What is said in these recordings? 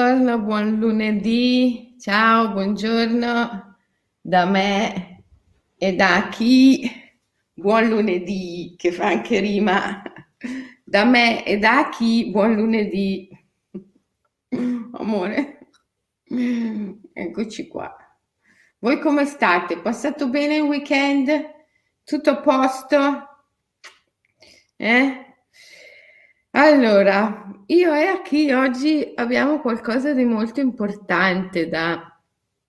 buon lunedì, ciao, buongiorno da me e da chi? Buon lunedì, che fa anche rima. Da me e da chi? Buon lunedì. Amore, eccoci qua. Voi come state? Passato bene il weekend? Tutto a posto? Eh? Allora, io e a chi oggi abbiamo qualcosa di molto importante da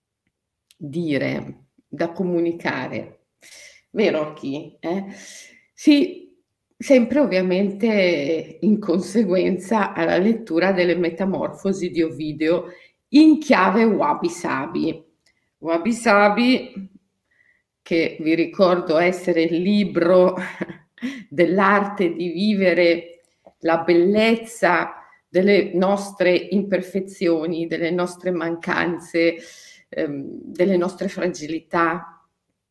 dire, da comunicare. Vero chi? Sì, sempre ovviamente in conseguenza alla lettura delle Metamorfosi di Ovidio in chiave Wabi Sabi. Wabi Sabi, che vi ricordo essere il libro dell'arte di vivere la bellezza delle nostre imperfezioni, delle nostre mancanze, delle nostre fragilità,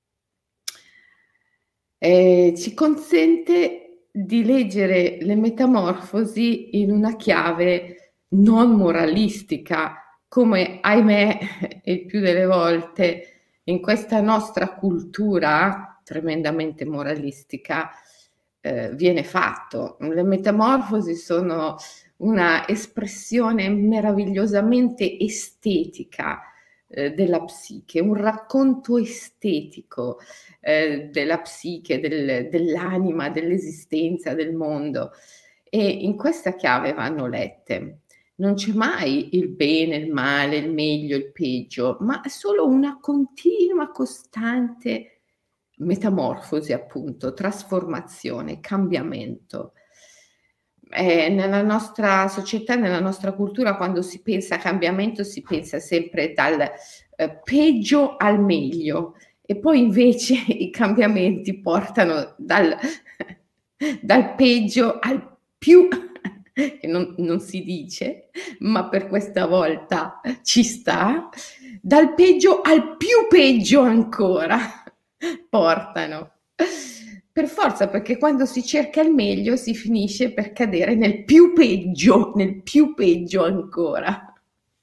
ci consente di leggere le Metamorfosi in una chiave non moralistica, come ahimè il più delle volte in questa nostra cultura tremendamente moralistica viene fatto. Le Metamorfosi sono una espressione meravigliosamente estetica della psiche, un racconto estetico della psiche, dell'anima, dell'esistenza, del mondo. E in questa chiave vanno lette. Non c'è mai il bene, il male, il meglio, il peggio, ma solo una continua, costante metamorfosi, appunto, trasformazione, cambiamento. Nella nostra società, nella nostra cultura, quando si pensa a cambiamento, si pensa sempre dal peggio al meglio, e poi invece i cambiamenti portano dal peggio al più, che non si dice, ma per questa volta ci sta, dal peggio al più peggio ancora portano. Per forza, perché quando si cerca il meglio si finisce per cadere nel più peggio ancora.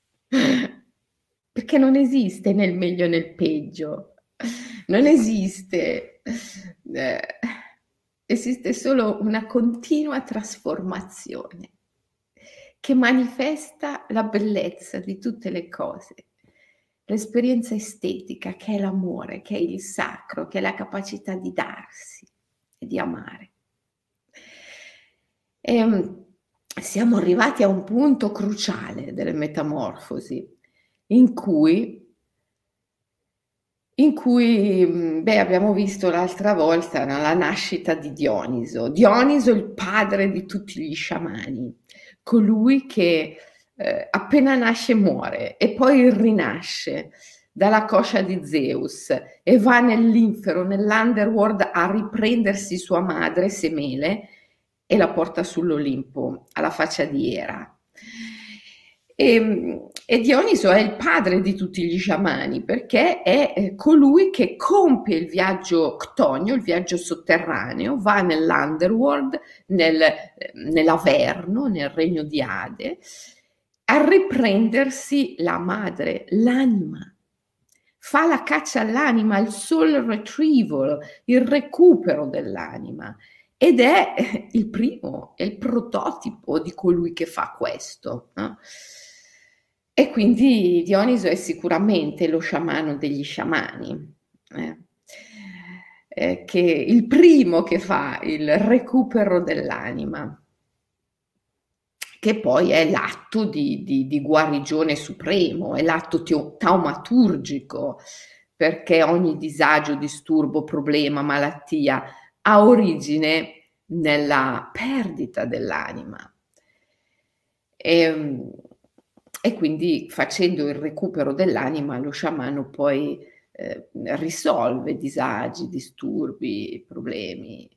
Perché non esiste nel meglio e nel peggio. Non esiste. Eh, esiste solo una continua trasformazione che manifesta la bellezza di tutte le cose. L'esperienza estetica, che è l'amore, che è il sacro, che è la capacità di darsi e di amare. Siamo arrivati a un punto cruciale delle Metamorfosi, in cui abbiamo visto l'altra volta la nascita di Dioniso. Dioniso, il padre di tutti gli sciamani, colui che appena nasce muore e poi rinasce dalla coscia di Zeus e va nell'infero, nell'underworld, a riprendersi sua madre Semele e la porta sull'Olimpo alla faccia di Era. E Dioniso è il padre di tutti gli sciamani, perché è colui che compie il viaggio ctonio, il viaggio sotterraneo, va nell'underworld, nell'Averno, nel regno di Ade, a riprendersi la madre, l'anima. Fa la caccia all'anima, il soul retrieval, il recupero dell'anima, ed è il primo, è il prototipo di colui che fa questo, no? E quindi Dioniso è sicuramente lo sciamano degli sciamani, che il primo che fa il recupero dell'anima, che poi è l'atto di guarigione supremo, è l'atto taumaturgico, perché ogni disagio, disturbo, problema, malattia ha origine nella perdita dell'anima. E quindi facendo il recupero dell'anima lo sciamano poi risolve disagi, disturbi, problemi.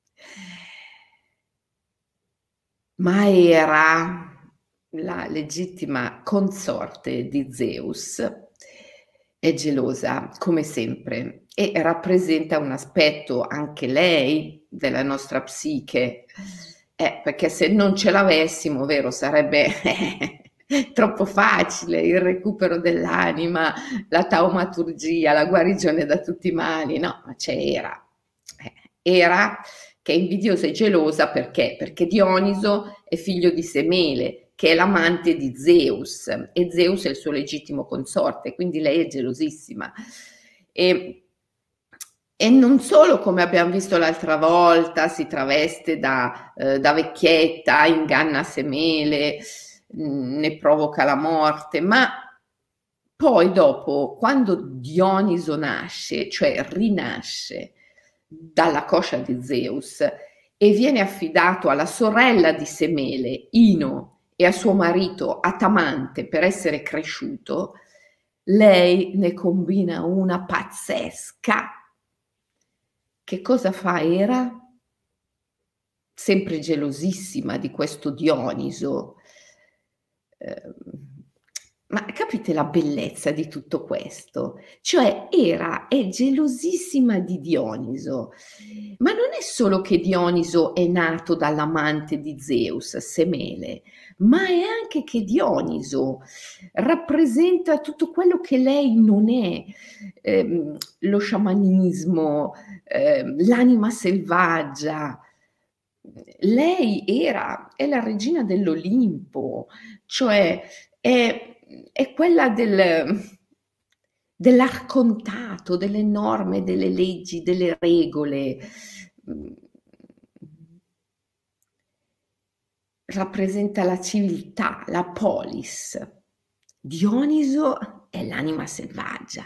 Ma Era, la legittima consorte di Zeus, è gelosa come sempre e rappresenta un aspetto anche lei della nostra psiche, perché se non ce l'avessimo, vero, sarebbe Troppo facile, il recupero dell'anima, la taumaturgia, la guarigione da tutti i mali. No, ma c'è Era che è invidiosa e gelosa perché? Perché Dioniso è figlio di Semele, che è l'amante di Zeus, e Zeus è il suo legittimo consorte, quindi lei è gelosissima. E, e non solo, come abbiamo visto l'altra volta, si traveste da vecchietta, inganna Semele, ne provoca la morte, ma poi dopo, quando Dioniso nasce, cioè rinasce dalla coscia di Zeus e viene affidato alla sorella di Semele, Ino, e a suo marito Atamante per essere cresciuto, lei ne combina una pazzesca. Che cosa fa Era? Sempre gelosissima di questo Dioniso. Ma capite la bellezza di tutto questo? Cioè Era è gelosissima di Dioniso, ma non è solo che Dioniso è nato dall'amante di Zeus, Semele, ma è anche che Dioniso rappresenta tutto quello che lei non è, lo sciamanismo, l'anima selvaggia. Lei è la regina dell'Olimpo, cioè è quella dell'arcontato, delle norme, delle leggi, delle regole. Rappresenta la civiltà, la polis. Dioniso è l'anima selvaggia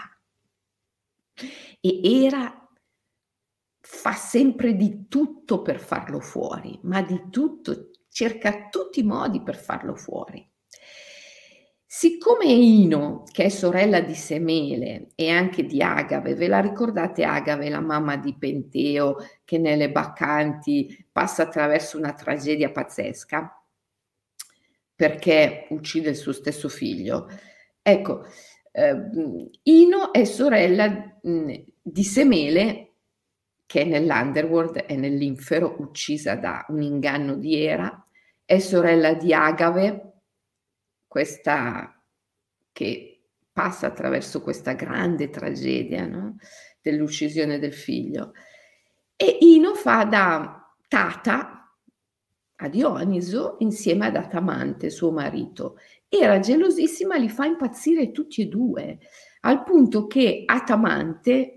e Era fa sempre di tutto per farlo fuori, ma di tutto, cerca tutti i modi per farlo fuori. Siccome Ino, che è sorella di Semele e anche di Agave, ve la ricordate Agave, la mamma di Penteo, che nelle Baccanti passa attraverso una tragedia pazzesca perché uccide il suo stesso figlio? Ecco, Ino è sorella di Semele, che è nell'Underworld, è nell'Infero, uccisa da un inganno di Era, è sorella di Agave, questa che passa attraverso questa grande tragedia, no? Dell'uccisione del figlio. E Ino fa da tata a Dioniso insieme ad Atamante, suo marito. Era gelosissima, li fa impazzire tutti e due, al punto che Atamante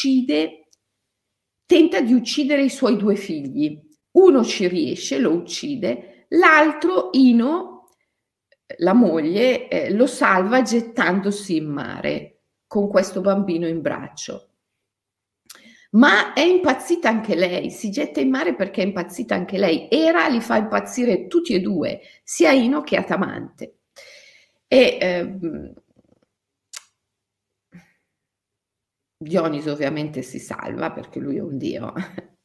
tenta di uccidere i suoi due figli. Uno ci riesce, lo uccide, l'altro, Ino, la moglie, lo salva gettandosi in mare con questo bambino in braccio. Ma è impazzita anche lei, si getta in mare perché è impazzita anche lei. Era li fa impazzire tutti e due, sia Ino che Atamante. E Dioniso ovviamente si salva perché lui è un dio.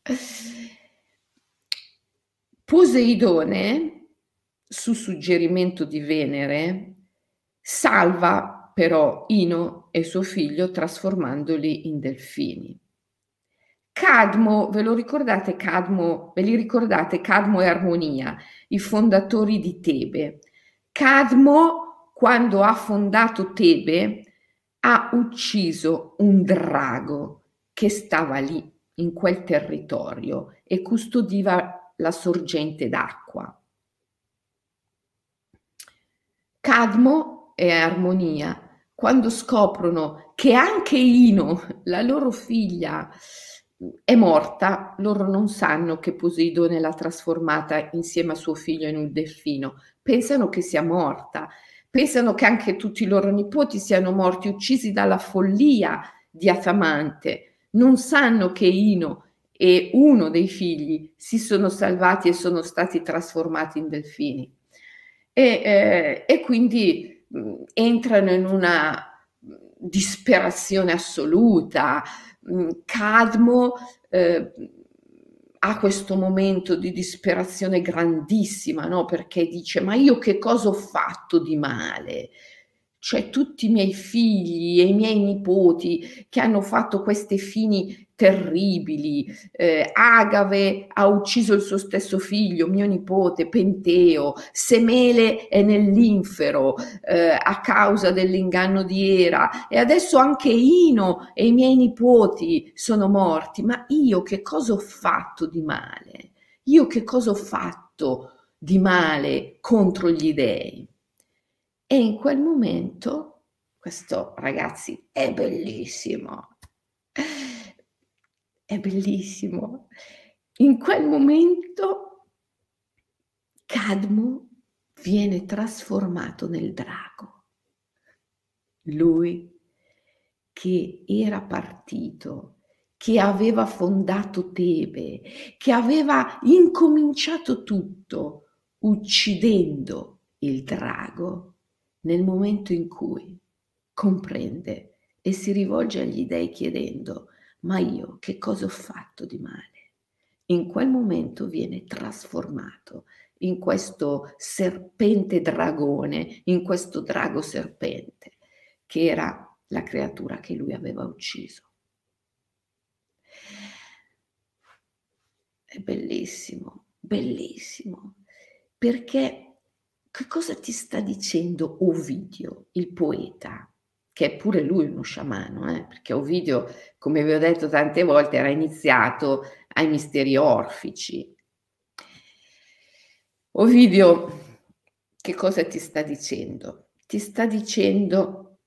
Poseidone, su suggerimento di Venere, salva però Ino e suo figlio trasformandoli in delfini. Cadmo, ve lo ricordate Cadmo? Ve li ricordate Cadmo e Armonia, i fondatori di Tebe? Cadmo, quando ha fondato Tebe, ha ucciso un drago che stava lì, in quel territorio, e custodiva la sorgente d'acqua. Cadmo e Armonia, quando scoprono che anche Ino, la loro figlia, è morta, loro non sanno che Poseidone l'ha trasformata insieme a suo figlio in un delfino, pensano che sia morta, pensano che anche tutti i loro nipoti siano morti, uccisi dalla follia di Atamante, non sanno che Ino e uno dei figli si sono salvati e sono stati trasformati in delfini. E quindi entrano in una disperazione assoluta. Cadmo ha questo momento di disperazione grandissima, no? Perché dice: ma io che cosa ho fatto di male? cioè tutti i miei figli e i miei nipoti che hanno fatto queste fini terribili. Agave ha ucciso il suo stesso figlio, mio nipote, Penteo, Semele è nell'infero, a causa dell'inganno di Era, e adesso anche Ino e i miei nipoti sono morti. Ma io che cosa ho fatto di male? Io che cosa ho fatto di male contro gli dèi? E in quel momento, questo ragazzi è bellissimo, è bellissimo. In quel momento Cadmo viene trasformato nel drago. Lui che era partito, che aveva fondato Tebe, che aveva incominciato tutto uccidendo il drago, nel momento in cui comprende e si rivolge agli dèi chiedendo: ma io che cosa ho fatto di male? In quel momento viene trasformato in questo serpente dragone, in questo drago serpente, che era la creatura che lui aveva ucciso. È bellissimo, bellissimo, perché che cosa ti sta dicendo Ovidio, il poeta, che è pure lui uno sciamano, perché Ovidio, come vi ho detto tante volte, era iniziato ai misteri orfici. Ovidio, che cosa ti sta dicendo? Ti sta dicendo: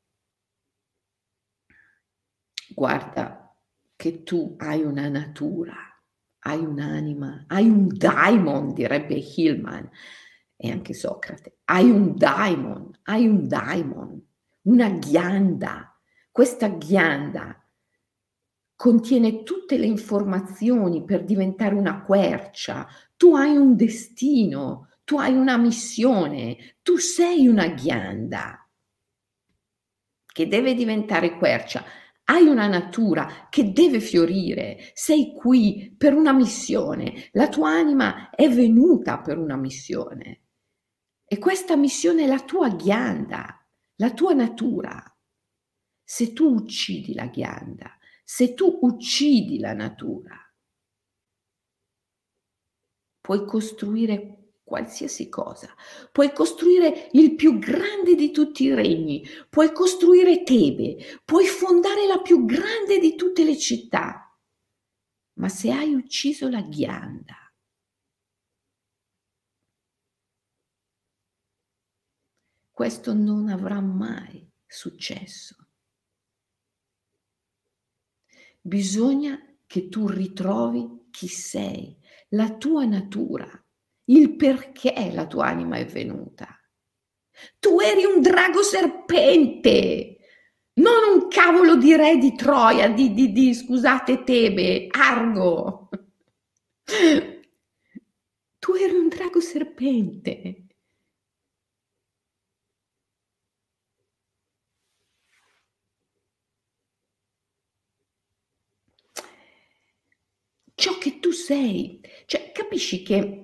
guarda che tu hai una natura, hai un'anima, hai un daimon, direbbe Hillman e anche Socrate. Hai un daimon, una ghianda. Questa ghianda contiene tutte le informazioni per diventare una quercia. Tu hai un destino, tu hai una missione, tu sei una ghianda che deve diventare quercia. Hai una natura che deve fiorire, sei qui per una missione, la tua anima è venuta per una missione e questa missione è la tua ghianda, la tua natura. Se tu uccidi la ghianda, se tu uccidi la natura, puoi costruire qualsiasi cosa, puoi costruire il più grande di tutti i regni, puoi costruire Tebe, puoi fondare la più grande di tutte le città, ma se hai ucciso la ghianda, questo non avrà mai successo. Bisogna che tu ritrovi chi sei, la tua natura, il perché la tua anima è venuta. Tu eri un drago serpente, non un cavolo di re di Troia, scusate, Tebe, Argo. Tu eri un drago serpente. Ciò che tu sei, cioè capisci che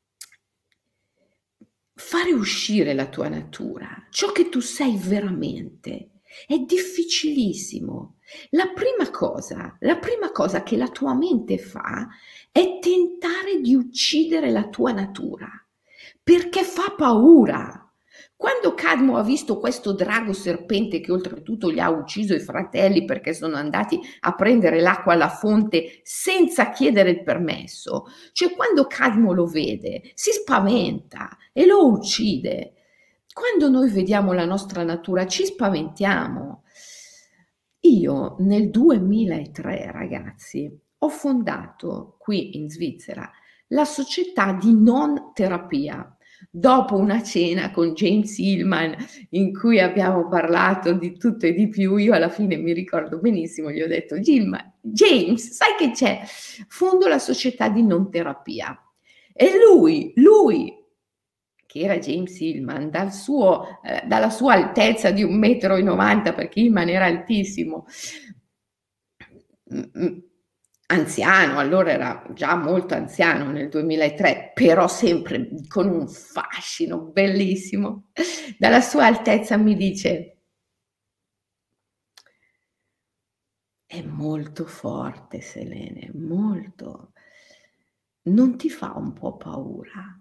fare uscire la tua natura, ciò che tu sei veramente, è difficilissimo. La prima cosa che la tua mente fa è tentare di uccidere la tua natura, perché fa paura. Quando Cadmo ha visto questo drago serpente che oltretutto gli ha ucciso i fratelli perché sono andati a prendere l'acqua alla fonte senza chiedere il permesso, cioè quando Cadmo lo vede si spaventa e lo uccide. Quando noi vediamo la nostra natura ci spaventiamo. Io nel 2003, ragazzi, ho fondato qui in Svizzera la società di non terapia. Dopo una cena con James Hillman in cui abbiamo parlato di tutto e di più, io alla fine mi ricordo benissimo, gli ho detto: James, sai che c'è? Fondo la società di non terapia. E lui, che era James Hillman, dalla sua altezza di 1,90 m, perché Hillman era altissimo, anziano, allora era già molto anziano nel 2003, però sempre con un fascino bellissimo. Dalla sua altezza mi dice: "È molto forte Selene, molto. Non ti fa un po' paura?"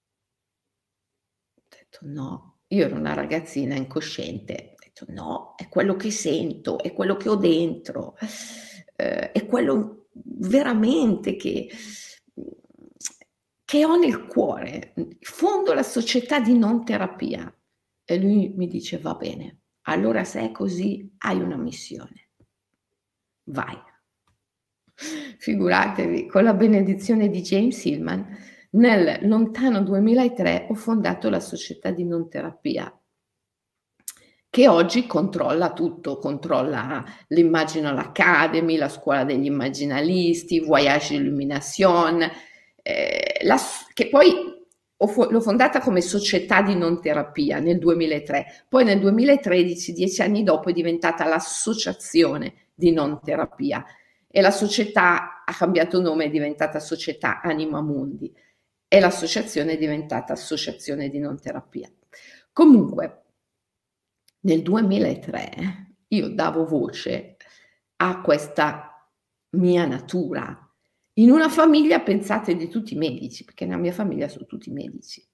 Ho detto: "No." Io ero una ragazzina incosciente, ho detto: "No, è quello che sento, è quello che ho dentro, è quello veramente mhmm, che ho nel cuore. Fondo la società di non terapia." E lui mi dice: "Va bene, allora se è così hai una missione, vai." Figuratevi, con la benedizione di James Hillman, nel lontano 2003 ho fondato la società di non terapia, che oggi controlla tutto, controlla l'Imaginal Academy, la scuola degli immaginalisti, Voyage Illumination, la s che poi l'ho fondata come società di non terapia nel 2003, poi nel 2013, 10 anni dopo, è diventata l'associazione di non terapia e la società ha cambiato nome, è diventata Società Anima Mundi e l'associazione è diventata Associazione di non terapia. Comunque, nel 2003 io davo voce a questa mia natura in una famiglia, pensate, di tutti medici, perché nella mia famiglia son tutti medici.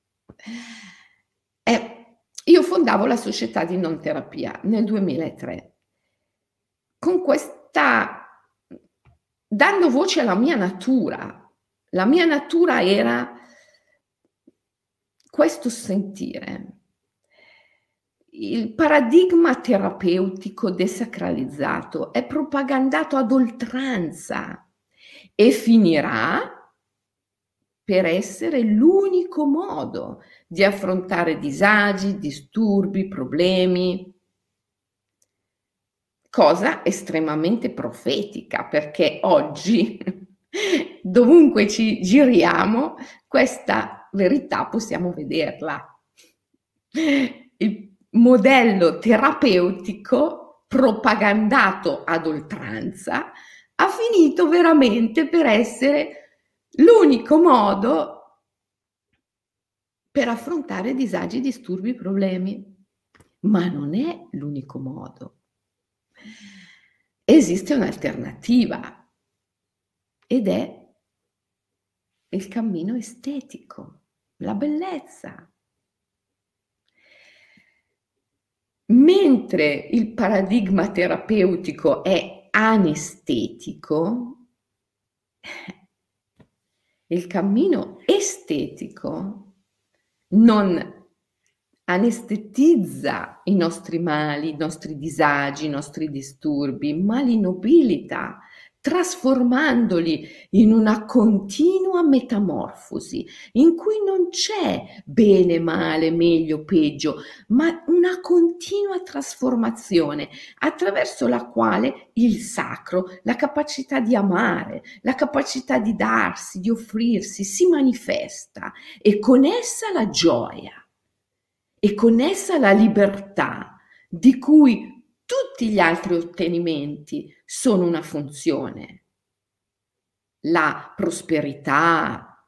E io fondavo la società di non terapia nel 2003 con questa dando voce alla mia natura. La mia natura era questo sentire. Il paradigma terapeutico desacralizzato è propagandato ad oltranza e finirà per essere l'unico modo di affrontare disagi, disturbi, problemi. Cosa estremamente profetica, perché oggi dovunque ci giriamo questa verità possiamo vederla. Il modello terapeutico propagandato ad oltranza ha finito veramente per essere l'unico modo per affrontare disagi, disturbi, problemi. Ma non è l'unico modo. Esiste un'alternativa ed è il cammino estetico, la bellezza. Mentre il paradigma terapeutico è anestetico, il cammino estetico non anestetizza i nostri mali, i nostri disagi, i nostri disturbi, ma li nobilita, trasformandoli in una continua metamorfosi in cui non c'è bene, male, meglio, peggio, ma una continua trasformazione attraverso la quale il sacro, la capacità di amare, la capacità di darsi, di offrirsi, si manifesta e con essa la gioia e con essa la libertà di cui tutti gli altri ottenimenti sono una funzione. La prosperità,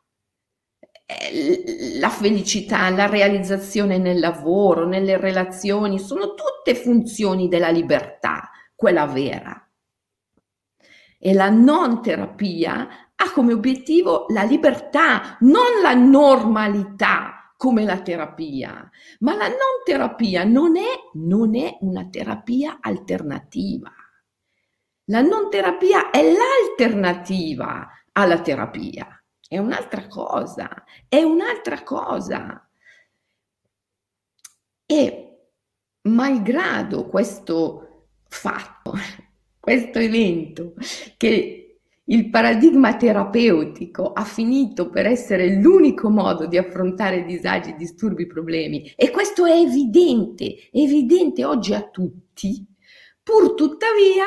la felicità, la realizzazione nel lavoro, nelle relazioni, sono tutte funzioni della libertà, quella vera. E la non terapia ha come obiettivo la libertà, non la normalità come la terapia. Ma la non terapia non è una terapia alternativa. La non terapia è l'alternativa alla terapia. È un'altra cosa, è un'altra cosa. E malgrado questo fatto, questo evento, che il paradigma terapeutico ha finito per essere l'unico modo di affrontare disagi, disturbi, problemi, e questo è evidente oggi a tutti, pur tuttavia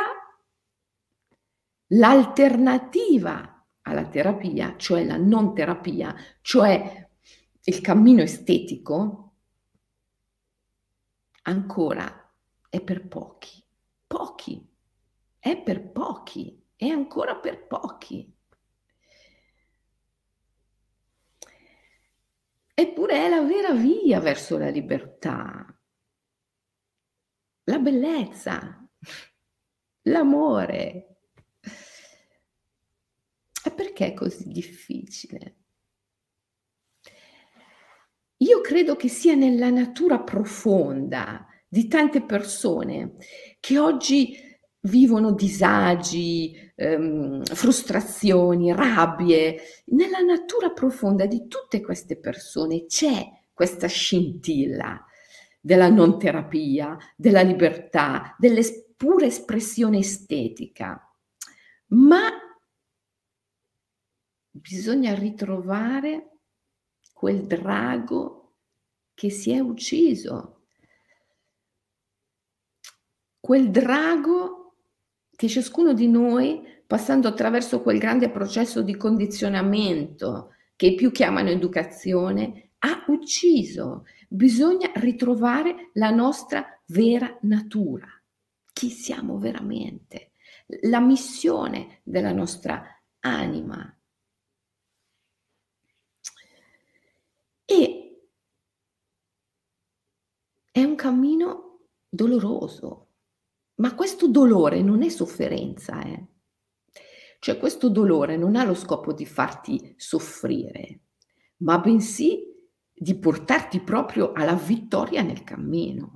l'alternativa alla terapia, cioè la non terapia, cioè il cammino estetico, ancora è per pochi, è per pochi è ancora per pochi. Eppure è la vera via verso la libertà, la bellezza, l'amore. E perché è così difficile? Io credo che sia nella natura profonda di tante persone che oggi vivono disagi, frustrazioni, rabbie. Nella natura profonda di tutte queste persone c'è questa scintilla della non terapia, della libertà, pura espressione estetica. Ma bisogna ritrovare quel drago che si è ucciso, quel drago che ciascuno di noi, passando attraverso quel grande processo di condizionamento che i più chiamano educazione, ha ucciso. Bisogna ritrovare la nostra vera natura, chi siamo veramente, la missione della nostra anima. E è un cammino doloroso, ma questo dolore non è sofferenza, Cioè questo dolore non ha lo scopo di farti soffrire, ma bensì di portarti proprio alla vittoria nel cammino.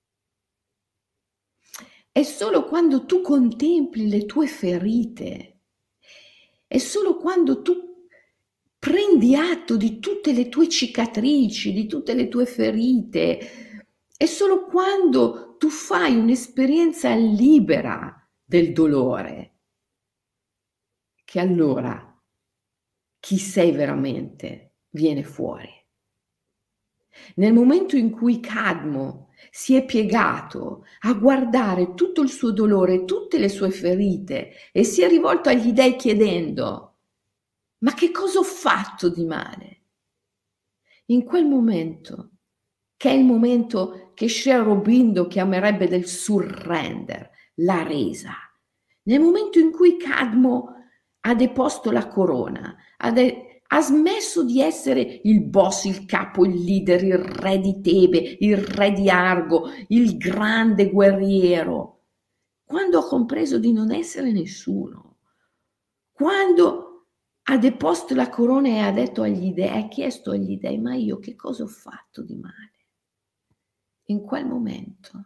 È solo quando tu contempli le tue ferite, è solo quando tu prendi atto di tutte le tue cicatrici, di tutte le tue ferite, è solo quando tu fai un'esperienza libera del dolore che allora chi sei veramente viene fuori. Nel momento in cui Cadmo si è piegato a guardare tutto il suo dolore, tutte le sue ferite e si è rivolto agli dei chiedendo: ma che cosa ho fatto di male? In quel momento, che è il momento che Sri Aurobindo chiamerebbe del surrender, la resa, nel momento in cui Cadmo ha deposto la corona, ha smesso di essere il boss, il capo, il leader, il re di Tebe, il re di Argo, il grande guerriero, quando ha compreso di non essere nessuno, quando ha deposto la corona e ha detto agli dei, ha chiesto agli dei: ma io che cosa ho fatto di male? In quel momento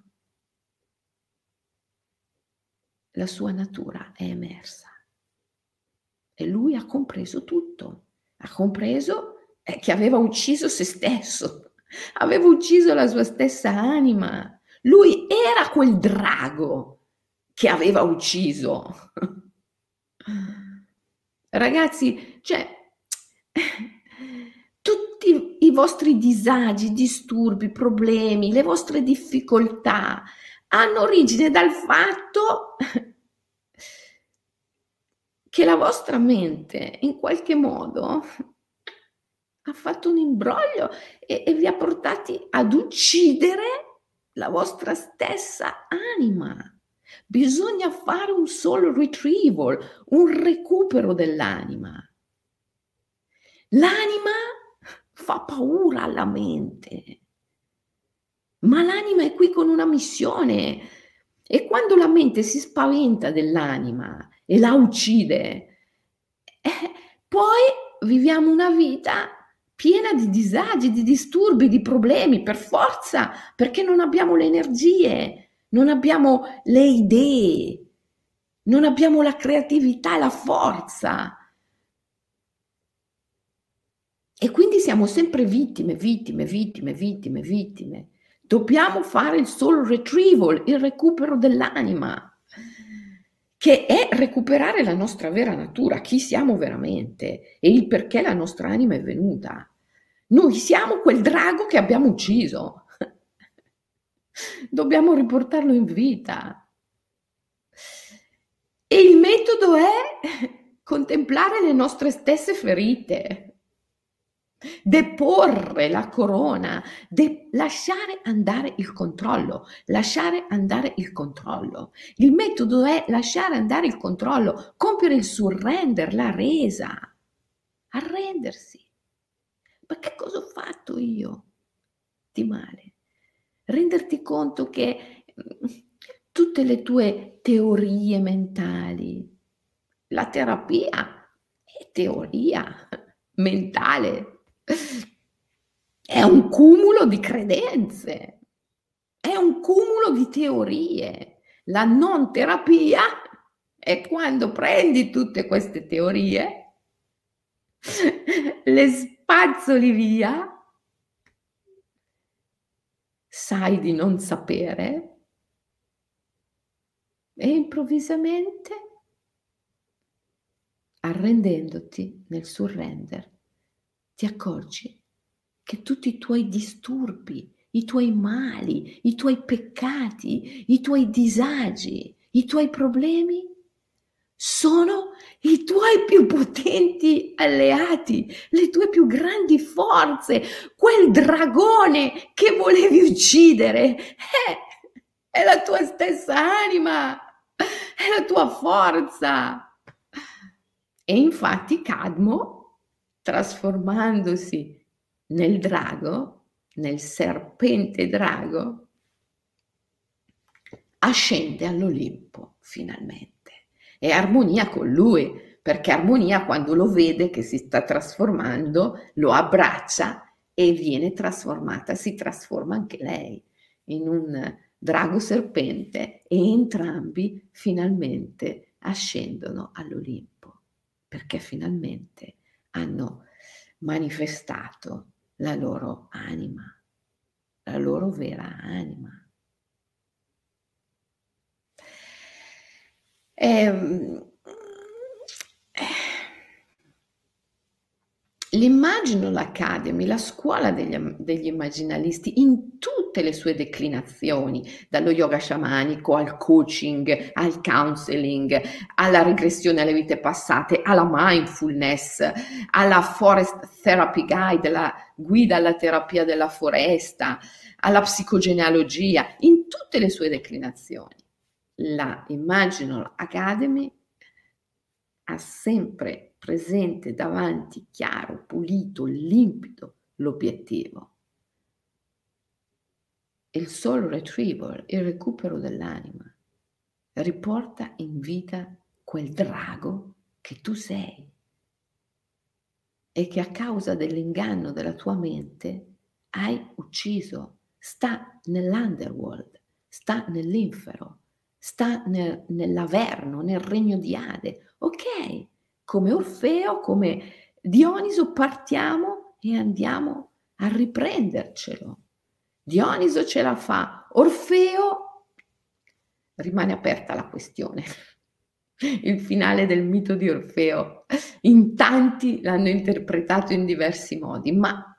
la sua natura è emersa e lui ha compreso tutto, ha compreso che aveva ucciso se stesso, aveva ucciso la sua stessa anima, lui era quel drago che aveva ucciso. Ragazzi, cioè, tutti i vostri disagi, disturbi, problemi, le vostre difficoltà hanno origine dal fatto che la vostra mente in qualche modo ha fatto un imbroglio e vi ha portati ad uccidere la vostra stessa anima. Bisogna fare un soul retrieval, un recupero dell'anima. L'anima fa paura alla mente, ma l'anima è qui con una missione e quando la mente si spaventa dell'anima e la uccide, poi viviamo una vita piena di disagi, di disturbi, di problemi, per forza, perché non abbiamo le energie, non abbiamo le idee, non abbiamo la creatività, la forza. E quindi siamo sempre vittime, vittime, vittime, vittime, vittime. Dobbiamo fare il soul retrieval, il recupero dell'anima, che è recuperare la nostra vera natura, chi siamo veramente e il perché la nostra anima è venuta. Noi siamo quel drago che abbiamo ucciso. Dobbiamo riportarlo in vita. E il metodo è contemplare le nostre stesse ferite. deporre la corona, lasciare andare il controllo, lasciare andare il controllo. Il metodo è lasciare andare il controllo, compiere il surrender, la resa, arrendersi. Ma che cosa ho fatto io di male? Renderti conto che tutte le tue teorie mentali, la terapia è teoria mentale, è un cumulo di credenze, è un cumulo di teorie. La non terapia è quando prendi tutte queste teorie, le spazzoli via, sai di non sapere e improvvisamente, arrendendoti nel surrender, ti accorgi che tutti i tuoi disturbi, i tuoi mali, i tuoi peccati, i tuoi disagi, i tuoi problemi sono i tuoi più potenti alleati, le tue più grandi forze, quel dragone che volevi uccidere è la tua stessa anima, è la tua forza. E infatti Cadmo, trasformandosi nel drago, nel serpente drago, ascende all'Olimpo finalmente. È Armonia con lui, perché Armonia quando lo vede che si sta trasformando, lo abbraccia e viene trasformata, si trasforma anche lei in un drago serpente e entrambi finalmente ascendono all'Olimpo, perché finalmente hanno manifestato la loro anima, la loro vera anima. L'Imaginal Academy, la scuola degli immaginalisti in tutte le sue declinazioni, dallo yoga sciamanico al coaching, al counseling, alla regressione alle vite passate, alla mindfulness, alla forest therapy guide, la guida alla terapia della foresta, alla psicogenealogia, in tutte le sue declinazioni. La Imaginal Academy ha sempre presente davanti, chiaro, pulito, limpido, l'obiettivo. Il soul retrieval, il recupero dell'anima, riporta in vita quel drago che tu sei e che a causa dell'inganno della tua mente hai ucciso. Sta nell'underworld, sta nell'infero, sta nell'Averno, nel regno di Ade. Ok, come Orfeo, come Dioniso partiamo e andiamo a riprendercelo. Dioniso ce la fa, Orfeo rimane aperta la questione. Il finale del mito di Orfeo, in tanti l'hanno interpretato in diversi modi, ma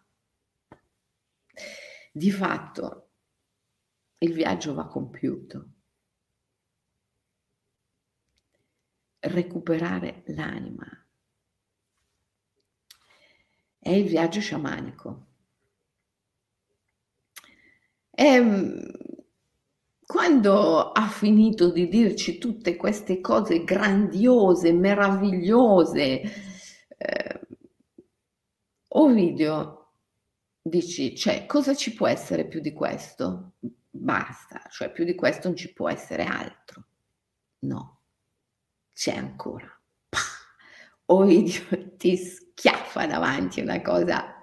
di fatto il viaggio va compiuto. Recuperare l'anima è il viaggio sciamanico. Quando ha finito di dirci tutte queste cose grandiose, meravigliose, Ovidio dici, cioè, cosa ci può essere più di questo? Basta, cioè più di questo non ci può essere altro. No, c'è ancora. Pah! Ovidio ti schiaffa davanti una cosa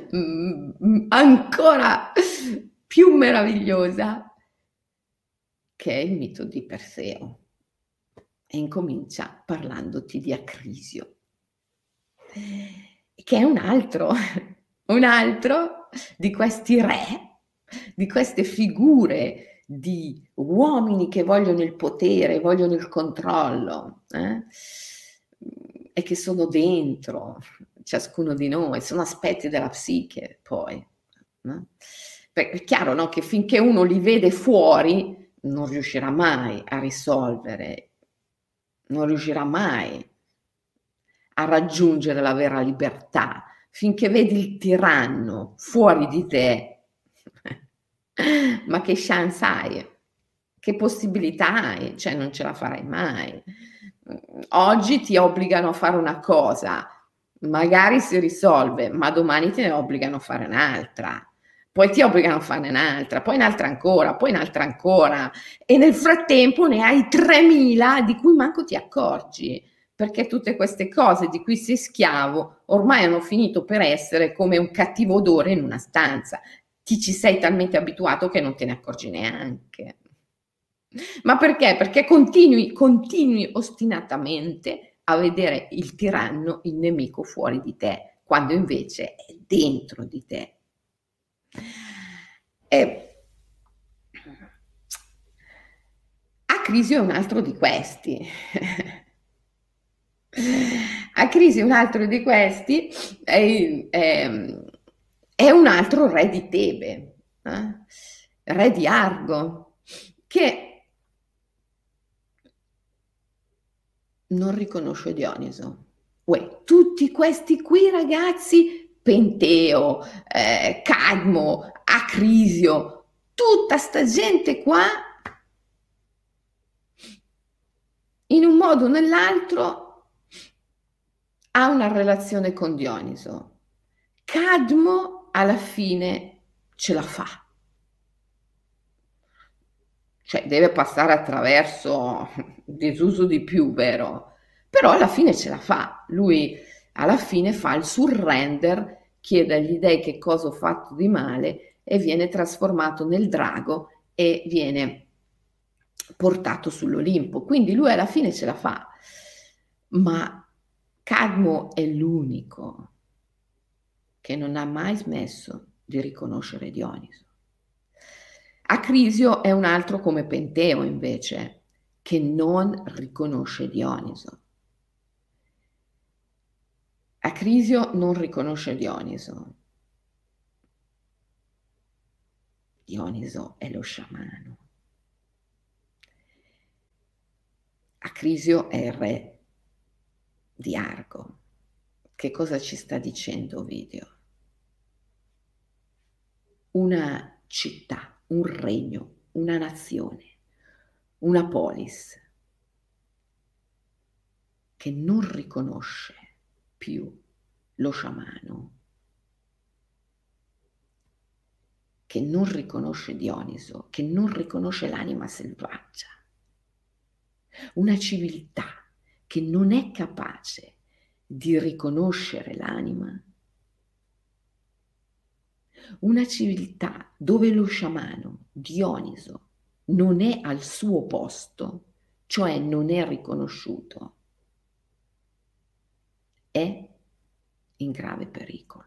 ancora più meravigliosa, che è il mito di Perseo, e incomincia parlandoti di Acrisio, che è un altro di questi re, di queste figure di uomini che vogliono il potere, vogliono il controllo, e che sono dentro ciascuno di noi, sono aspetti della psiche poi. No? Perché è chiaro, no, che finché uno li vede fuori non riuscirà mai a risolvere, non riuscirà mai a raggiungere la vera libertà, finché vedi il tiranno fuori di te, ma che chance hai? Che possibilità hai? Cioè non ce la farai mai. Oggi ti obbligano a fare una cosa, magari si risolve, ma domani te ne obbligano a fare un'altra, poi ti obbligano a farne un'altra, poi un'altra ancora, poi un'altra ancora e nel frattempo ne hai 3000 di cui manco ti accorgi, perché tutte queste cose di cui sei schiavo ormai hanno finito per essere come un cattivo odore in una stanza. Ti ci sei talmente abituato che non te ne accorgi neanche. Ma perché? Perché continui ostinatamente a vedere il tiranno, il nemico fuori di te, quando invece è dentro di te. Acrisio è un altro di questi. Acrisio è un altro di questi, è un altro re di Tebe, re di Argo, che non riconosce Dioniso. Uè, tutti questi qui ragazzi, Penteo, Cadmo, Acrisio, tutta sta gente qua, in un modo o nell'altro, ha una relazione con Dioniso. Cadmo alla fine ce la fa. Cioè deve passare attraverso disuso di più, vero? Però alla fine ce la fa. Lui alla fine fa il surrender, chiede agli dei che cosa ho fatto di male e viene trasformato nel drago e viene portato sull'Olimpo. Quindi lui alla fine ce la fa. Ma Cadmo è l'unico che non ha mai smesso di riconoscere Dioniso. Acrisio è un altro come Penteo invece, che non riconosce Dioniso. Acrisio non riconosce Dioniso. Dioniso è lo sciamano. Acrisio è il re di Argo. Che cosa ci sta dicendo Ovidio? Una città, un regno, una nazione, una polis che non riconosce più lo sciamano, che non riconosce Dioniso, che non riconosce l'anima selvaggia, una civiltà che non è capace di riconoscere l'anima, una civiltà dove lo sciamano, Dioniso, non è al suo posto, cioè non è riconosciuto, è in grave pericolo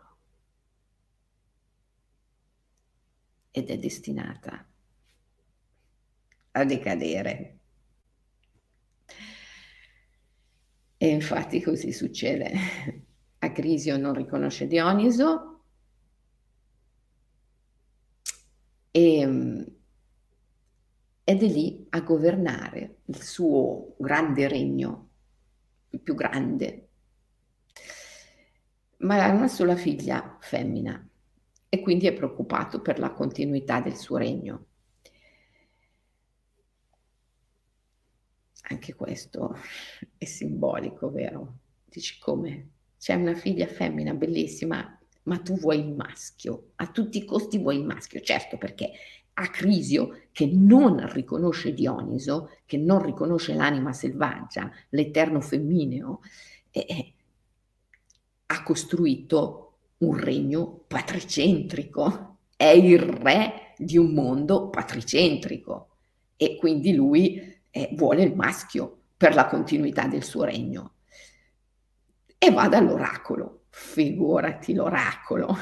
ed è destinata a decadere. E infatti così succede. Acrisio non riconosce Dioniso ed è lì a governare il suo grande regno, il più grande, ma ha una sola figlia femmina e quindi è preoccupato per la continuità del suo regno. Anche questo è simbolico, vero? Dici come? C'è una figlia femmina bellissima, ma tu vuoi il maschio, a tutti i costi vuoi il maschio, certo perché Acrisio, che non riconosce Dioniso, che non riconosce l'anima selvaggia, l'eterno femmineo, ha costruito un regno patricentrico, è il re di un mondo patricentrico e quindi lui vuole il maschio per la continuità del suo regno. E va dall'oracolo, figurati l'oracolo,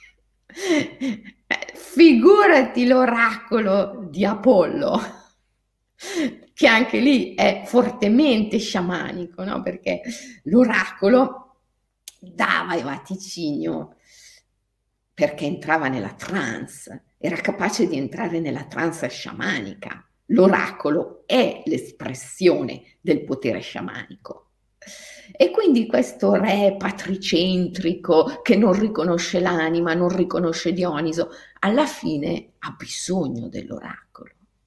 figurati l'oracolo di Apollo, che anche lì è fortemente sciamanico, no? Perché l'oracolo dava il vaticinio perché entrava nella trance, era capace di entrare nella trance sciamanica. L'oracolo è l'espressione del potere sciamanico. E quindi questo re patricentrico che non riconosce l'anima, non riconosce Dioniso, alla fine ha bisogno dell'oracolo.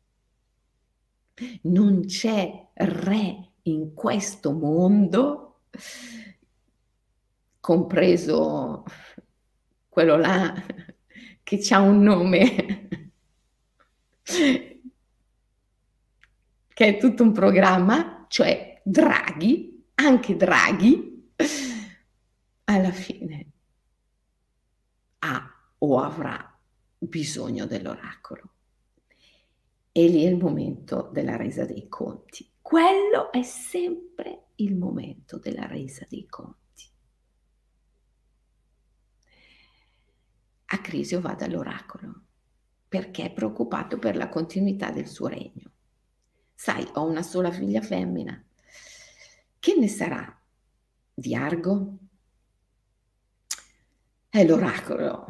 Non c'è re in questo mondo, compreso quello là che c'ha un nome che è tutto un programma, cioè Draghi, anche Draghi, alla fine ha o avrà bisogno dell'oracolo. E lì è il momento della resa dei conti. Quello è sempre il momento della resa dei conti. Acrisio va dall'oracolo perché è preoccupato per la continuità del suo regno. Sai, ho una sola figlia femmina. Che ne sarà di Argo? È l'oracolo.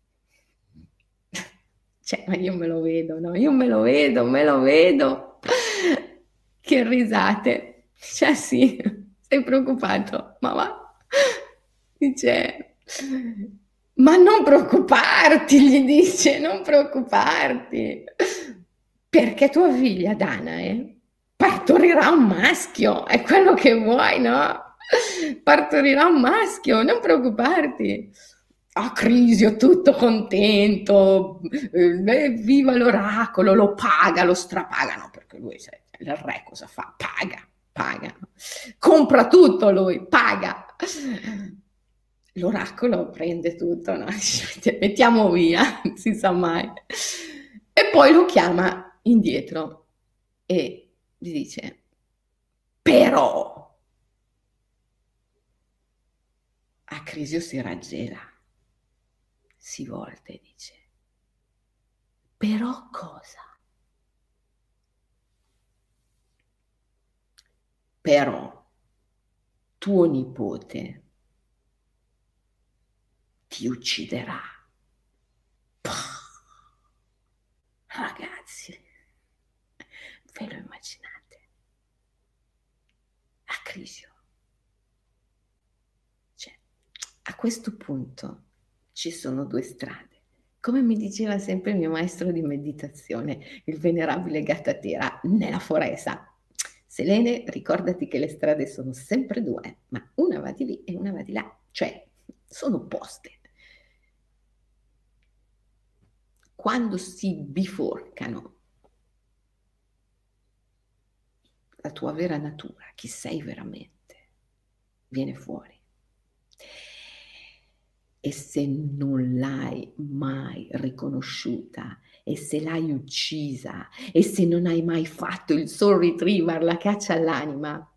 Cioè, ma io me lo vedo, no? Io me lo vedo. Che risate. Cioè, sì, sei preoccupato, mamma? Dice, ma non preoccuparti, gli dice, non preoccuparti, perché tua figlia Danae partorirà un maschio, è quello che vuoi, no? Partorirà un maschio, non preoccuparti. Acrisio tutto contento, viva l'oracolo, lo paga, lo strapagano, perché lui, il re cosa fa? Paga, compra tutto lui, paga. L'oracolo prende tutto, no? Mettiamo via, non si sa mai. E poi lo chiama indietro e gli dice, però, Acrisio si raggela, si volta e dice, però cosa? Però tuo nipote ti ucciderà. Ragazzi, ve lo immaginate? Acrisio. Cioè, a questo punto ci sono due strade. Come mi diceva sempre il mio maestro di meditazione, il venerabile Gattatera, nella foresta. Selene, ricordati che le strade sono sempre due, ma una va di lì e una va di là, cioè sono opposte. Quando si biforcano la tua vera natura, chi sei veramente, viene fuori. E se non l'hai mai riconosciuta, e se l'hai uccisa, e se non hai mai fatto il soul retriever, la caccia all'anima,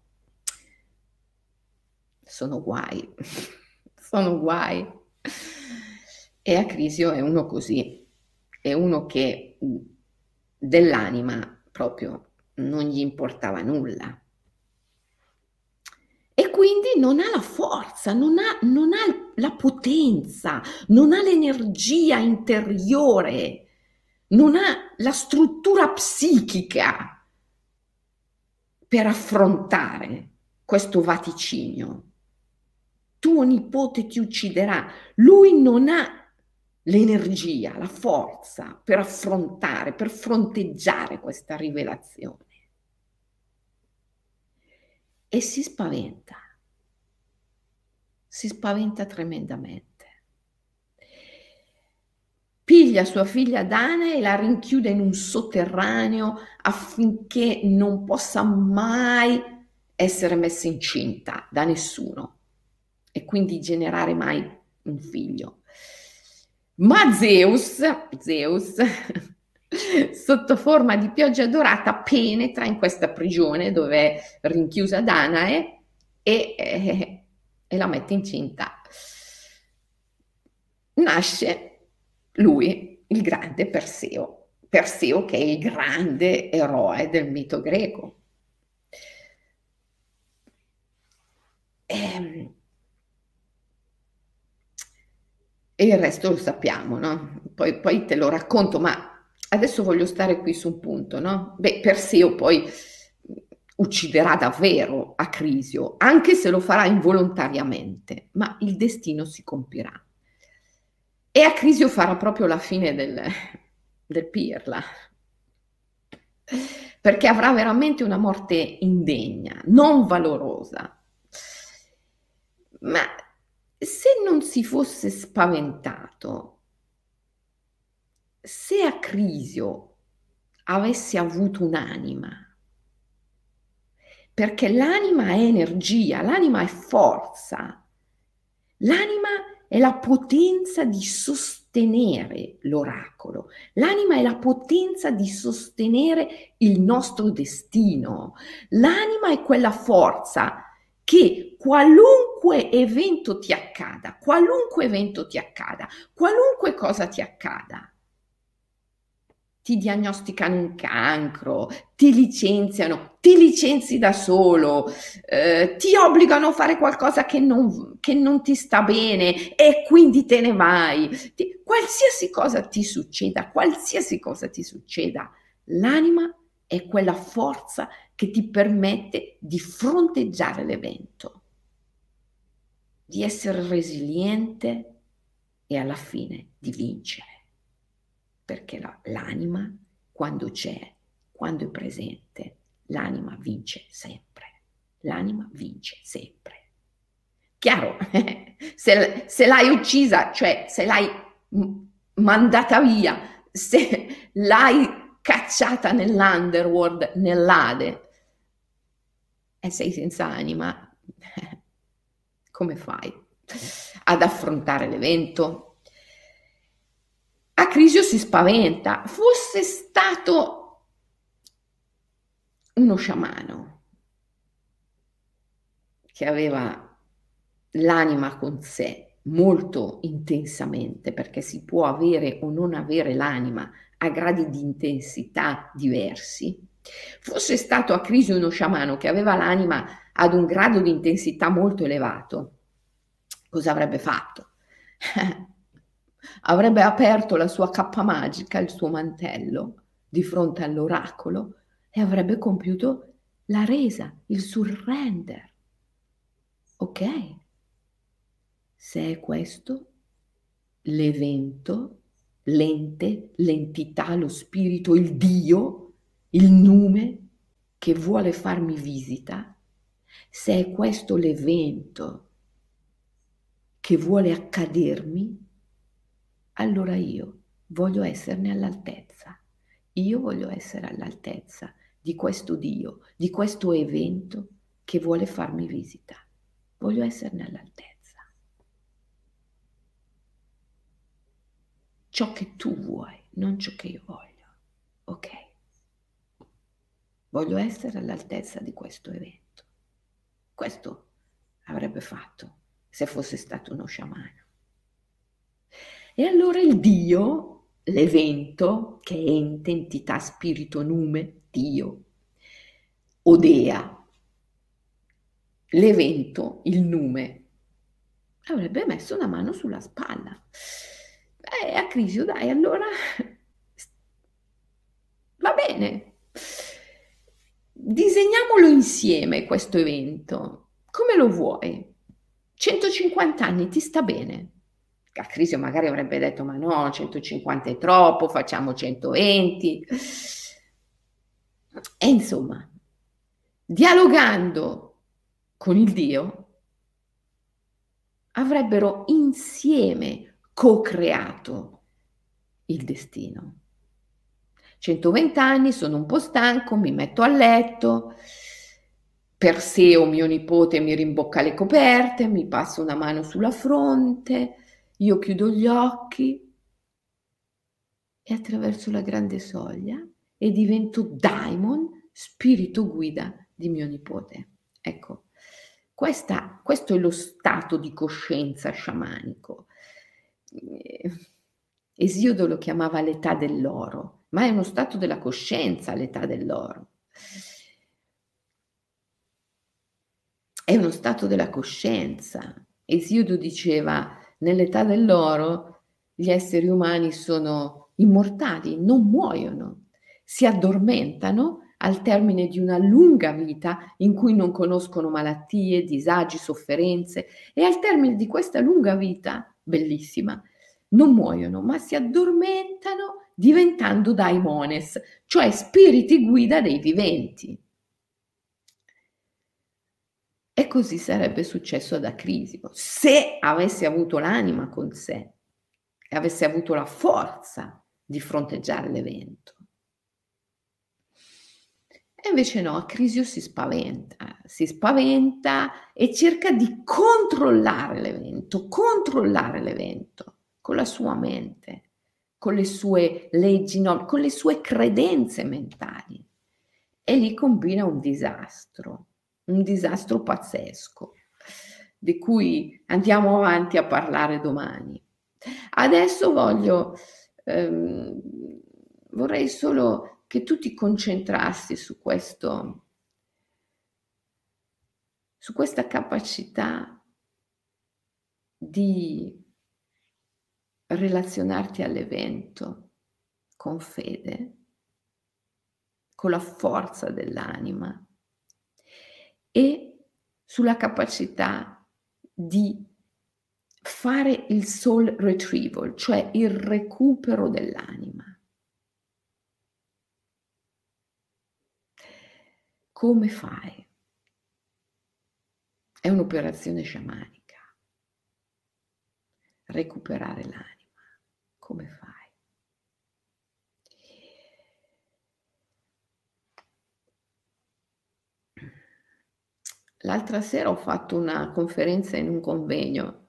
sono guai, sono guai. E Acrisio è uno così, è uno che dell'anima proprio non gli importava nulla. E quindi non ha la forza, non ha la potenza, non ha l'energia interiore, non ha la struttura psichica per affrontare questo vaticinio. Tuo nipote ti ucciderà. Lui non ha l'energia, la forza per affrontare, per fronteggiare questa rivelazione. E si spaventa tremendamente. Piglia sua figlia Dana e la rinchiude in un sotterraneo affinché non possa mai essere messa incinta da nessuno e quindi generare mai un figlio. Ma Zeus sotto forma di pioggia dorata penetra in questa prigione dove è rinchiusa Danae e la mette incinta. Nasce lui, il grande Perseo, Perseo che è il grande eroe del mito greco. E il resto lo sappiamo, no? Poi te lo racconto, ma adesso voglio stare qui su un punto, no? Beh, Perseo poi ucciderà davvero Acrisio, anche se lo farà involontariamente, ma il destino si compirà. E Acrisio farà proprio la fine del pirla, perché avrà veramente una morte indegna, non valorosa. Ma se non si fosse spaventato, se Acrisio avesse avuto un'anima, perché l'anima è energia, l'anima è forza, l'anima è la potenza di sostenere l'oracolo, l'anima è la potenza di sostenere il nostro destino, l'anima è quella forza che qualunque evento ti accada, qualunque cosa ti accada, ti diagnosticano un cancro, ti licenzi da solo, ti obbligano a fare qualcosa che non ti sta bene e quindi te ne vai. Qualsiasi cosa ti succeda, l'anima è quella forza che ti permette di fronteggiare l'evento, di essere resiliente e alla fine di vincere. Perché l'anima, quando c'è, quando è presente, l'anima vince sempre. L'anima vince sempre. Chiaro, se l'hai uccisa, cioè se l'hai mandata via, se l'hai cacciata nell'underworld, nell'Ade, e sei senza anima, come fai ad affrontare l'evento? Acrisio si spaventa. Fosse stato uno sciamano che aveva l'anima con sé molto intensamente, perché si può avere o non avere l'anima a gradi di intensità diversi. Fosse stato Acrisio uno sciamano che aveva l'anima ad un grado di intensità molto elevato, cosa avrebbe fatto? Avrebbe aperto la sua cappa magica, il suo mantello, di fronte all'oracolo e avrebbe compiuto la resa, il surrender. Ok? Se è questo l'evento, l'ente, l'entità, lo spirito, il Dio, il nume che vuole farmi visita, se è questo l'evento che vuole accadermi, allora io voglio esserne all'altezza. Io voglio essere all'altezza di questo Dio, di questo evento che vuole farmi visita. Voglio esserne all'altezza. Ciò che tu vuoi, non ciò che io voglio. Ok? Voglio essere all'altezza di questo evento. Questo avrebbe fatto se fosse stato uno sciamano. E allora il Dio, l'evento, che è ente, entità, spirito, nume, Dio, Odea, l'evento, il nume, avrebbe messo una mano sulla spalla. Acrisio, dai, allora va bene, disegniamolo insieme questo evento. Come lo vuoi? 150 anni ti sta bene? Acrisio magari avrebbe detto, ma no, 150 è troppo, facciamo 120. E insomma, dialogando con il Dio, avrebbero insieme co-creato il destino. 120 anni, sono un po' stanco, mi metto a letto, Perseo, mio nipote, mi rimbocca le coperte, mi passa una mano sulla fronte, io chiudo gli occhi e attraverso la grande soglia e divento daimon, spirito guida di mio nipote. Ecco, questo è lo stato di coscienza sciamanico. Esiodo lo chiamava l'età dell'oro, ma è uno stato della coscienza l'età dell'oro. È uno stato della coscienza. Esiodo diceva, nell'età dell'oro gli esseri umani sono immortali, non muoiono, si addormentano, al termine di una lunga vita in cui non conoscono malattie, disagi, sofferenze e al termine di questa lunga vita, bellissima, non muoiono, ma si addormentano diventando daimones, cioè spiriti guida dei viventi. E così sarebbe successo ad Acrisio, se avesse avuto l'anima con sé e avesse avuto la forza di fronteggiare l'evento. E invece no, Acrisio si spaventa e cerca di controllare l'evento con la sua mente, con le sue leggi, no, con le sue credenze mentali. E lì combina un disastro pazzesco, di cui andiamo avanti a parlare domani. Adesso vorrei solo che tu ti concentrassi su questa capacità di relazionarti all'evento con fede, con la forza dell'anima e sulla capacità di fare il soul retrieval, cioè il recupero dell'anima. Come fai? È un'operazione sciamanica. Recuperare l'anima. Come fai? L'altra sera ho fatto una conferenza in un convegno,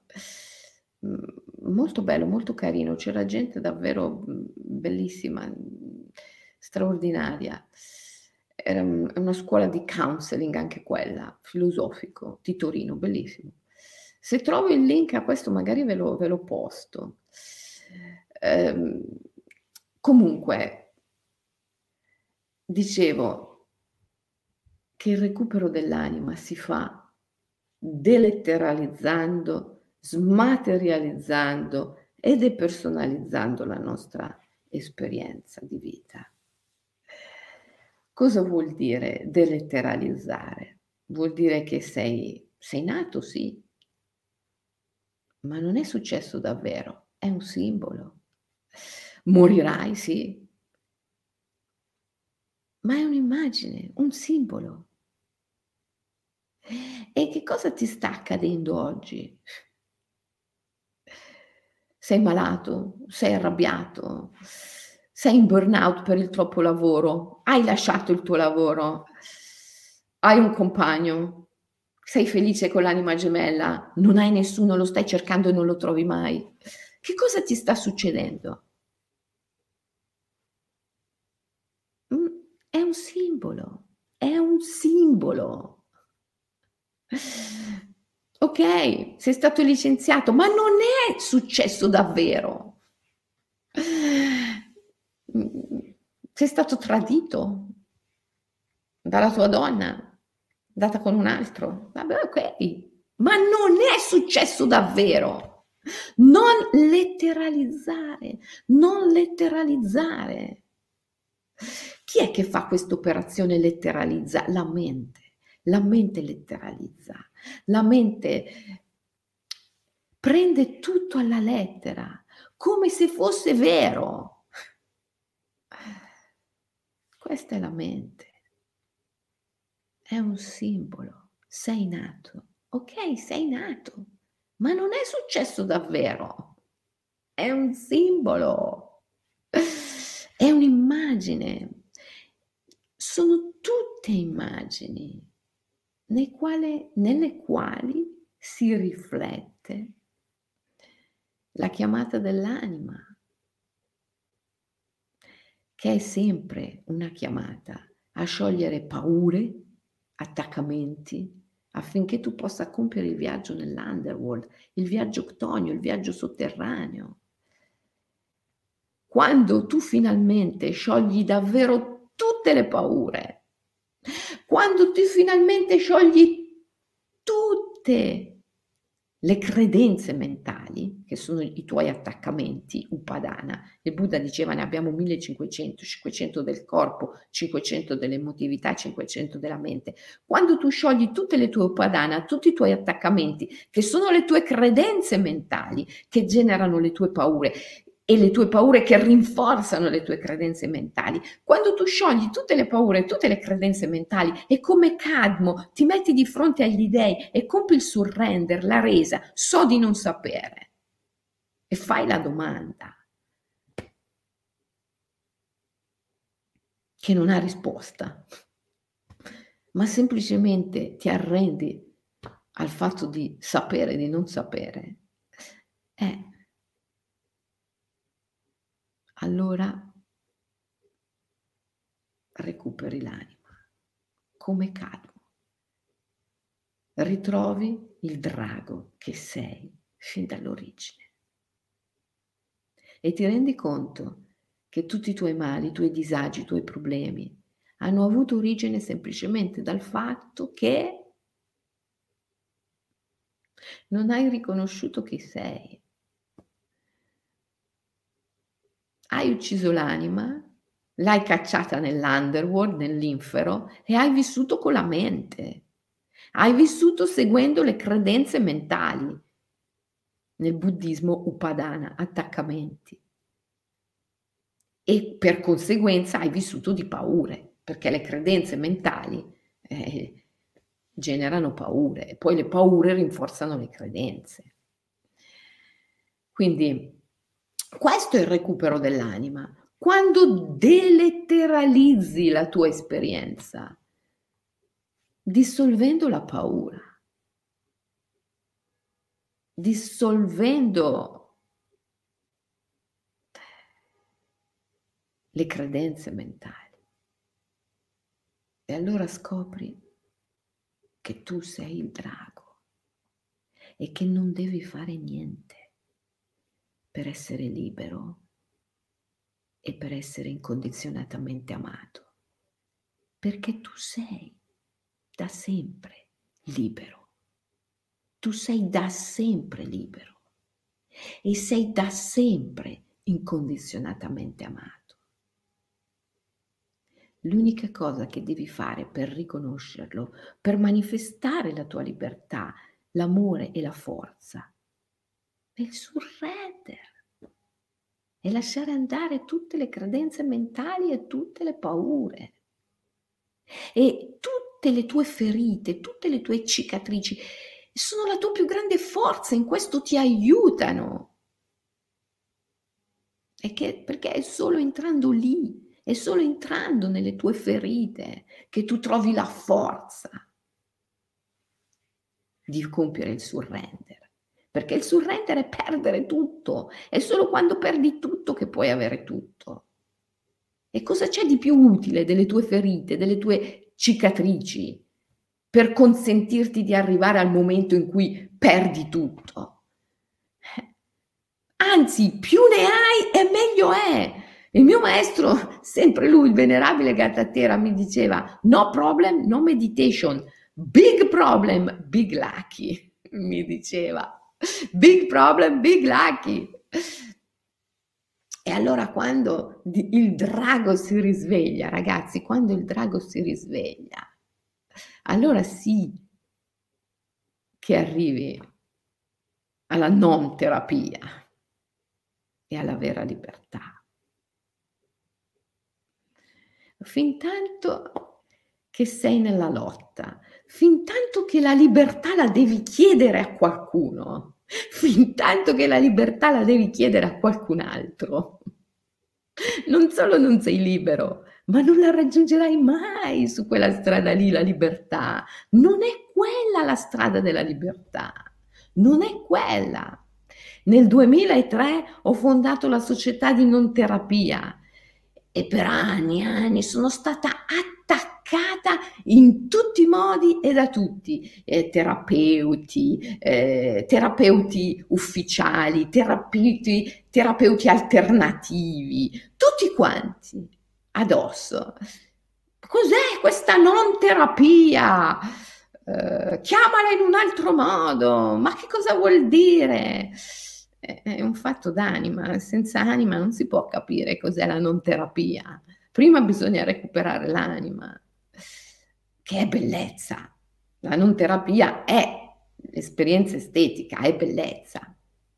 molto bello, molto carino, c'era gente davvero bellissima, straordinaria. Era una scuola di counseling anche quella, filosofico, di Torino, bellissimo. Se trovo il link a questo magari ve lo posto. Comunque, dicevo che il recupero dell'anima si fa deletteralizzando, smaterializzando e depersonalizzando la nostra esperienza di vita. Cosa vuol dire deletteralizzare? Vuol dire che sei nato, sì, ma non è successo davvero, è un simbolo. Morirai, sì, ma è un'immagine, un simbolo. E che cosa ti sta accadendo oggi? Sei malato? Sei arrabbiato? Sei in burnout per il troppo lavoro? Hai lasciato il tuo lavoro? Hai un compagno? Sei felice con l'anima gemella? Non hai nessuno, lo stai cercando e non lo trovi mai? Che cosa ti sta succedendo? È un simbolo, è un simbolo. Ok, sei stato licenziato, ma non è successo davvero. Sei stato tradito dalla tua donna, andata con un altro. Vabbè, ok, ma non è successo davvero. Non letteralizzare, non letteralizzare. Chi è che fa questa operazione letteralizza? La mente. La mente letteralizza, la mente prende tutto alla lettera, come se fosse vero. Questa è la mente. È un simbolo. Sei nato. Ok, sei nato, ma non è successo davvero. È un simbolo. È un'immagine. Sono tutte immagini nelle quali si riflette la chiamata dell'anima, che è sempre una chiamata a sciogliere paure, attaccamenti, affinché tu possa compiere il viaggio nell'underworld, il viaggio ctonio, il viaggio sotterraneo. Quando tu finalmente sciogli davvero tutte le paure, quando tu finalmente sciogli tutte le credenze mentali, che sono i tuoi attaccamenti, Upadana. Il Buddha diceva ne abbiamo 1500, 500 del corpo, 500 dell'emotività, 500 della mente. Quando tu sciogli tutte le tue Upadana, tutti i tuoi attaccamenti, che sono le tue credenze mentali, che generano le tue paure, e le tue paure che rinforzano le tue credenze mentali. Quando tu sciogli tutte le paure, tutte le credenze mentali e come Cadmo ti metti di fronte agli dèi e compi il surrender, la resa, so di non sapere e fai la domanda che non ha risposta, ma semplicemente ti arrendi al fatto di sapere, di non sapere, allora recuperi l'anima, come Cadmo. Ritrovi il drago che sei fin dall'origine e ti rendi conto che tutti i tuoi mali, i tuoi disagi, i tuoi problemi hanno avuto origine semplicemente dal fatto che non hai riconosciuto chi sei. Hai ucciso l'anima, l'hai cacciata nell'underworld, nell'infero e hai vissuto con la mente. Hai vissuto seguendo le credenze mentali. Nel buddismo Upadana, attaccamenti. E per conseguenza hai vissuto di paure, perché le credenze mentali generano paure e poi le paure rinforzano le credenze. Quindi questo è il recupero dell'anima. Quando deletteralizzi la tua esperienza, dissolvendo la paura, dissolvendo le credenze mentali, e allora scopri che tu sei il drago e che non devi fare niente per essere libero e per essere incondizionatamente amato, perché tu sei da sempre libero. Tu sei da sempre libero e sei da sempre incondizionatamente amato. L'unica cosa che devi fare per riconoscerlo, per manifestare la tua libertà, l'amore e la forza, è il surrender. E lasciare andare tutte le credenze mentali e tutte le paure. E tutte le tue ferite, tutte le tue cicatrici sono la tua più grande forza, in questo ti aiutano. Perché è solo entrando lì, è solo entrando nelle tue ferite che tu trovi la forza di compiere il surrender. Perché il surrender è perdere tutto, è solo quando perdi tutto che puoi avere tutto. E cosa c'è di più utile delle tue ferite, delle tue cicatrici, per consentirti di arrivare al momento in cui perdi tutto? Anzi, più ne hai e meglio è. Il mio maestro, sempre lui, il venerabile Gattaterra, mi diceva: no problem, no meditation, big problem, big lucky, mi diceva. Big problem, big lucky. E allora quando il drago si risveglia, ragazzi, quando il drago si risveglia, allora sì che arrivi alla non terapia e alla vera libertà. Fintanto che sei nella lotta, fintanto che la libertà la devi chiedere a qualcuno, fintanto che la libertà la devi chiedere a qualcun altro, non solo non sei libero, ma non la raggiungerai mai su quella strada lì, la libertà. Non è quella la strada della libertà, non è quella. Nel 2003 ho fondato la società di non terapia e per anni e anni sono stata attaccata in tutti i modi e da tutti, terapeuti, terapeuti ufficiali, terapeuti alternativi, tutti quanti addosso. Cos'è questa non terapia? chiamala in un altro modo, ma che cosa vuol dire? È un fatto d'anima, senza anima non si può capire cos'è la non terapia. Prima bisogna recuperare l'anima, che è bellezza. La non terapia è l'esperienza estetica, è bellezza.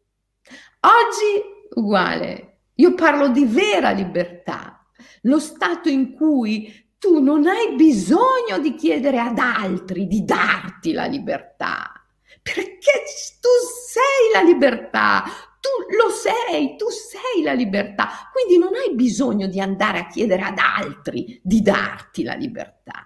Oggi uguale, io parlo di vera libertà, lo stato in cui tu non hai bisogno di chiedere ad altri di darti la libertà, perché tu sei la libertà, tu sei la libertà, quindi non hai bisogno di andare a chiedere ad altri di darti la libertà.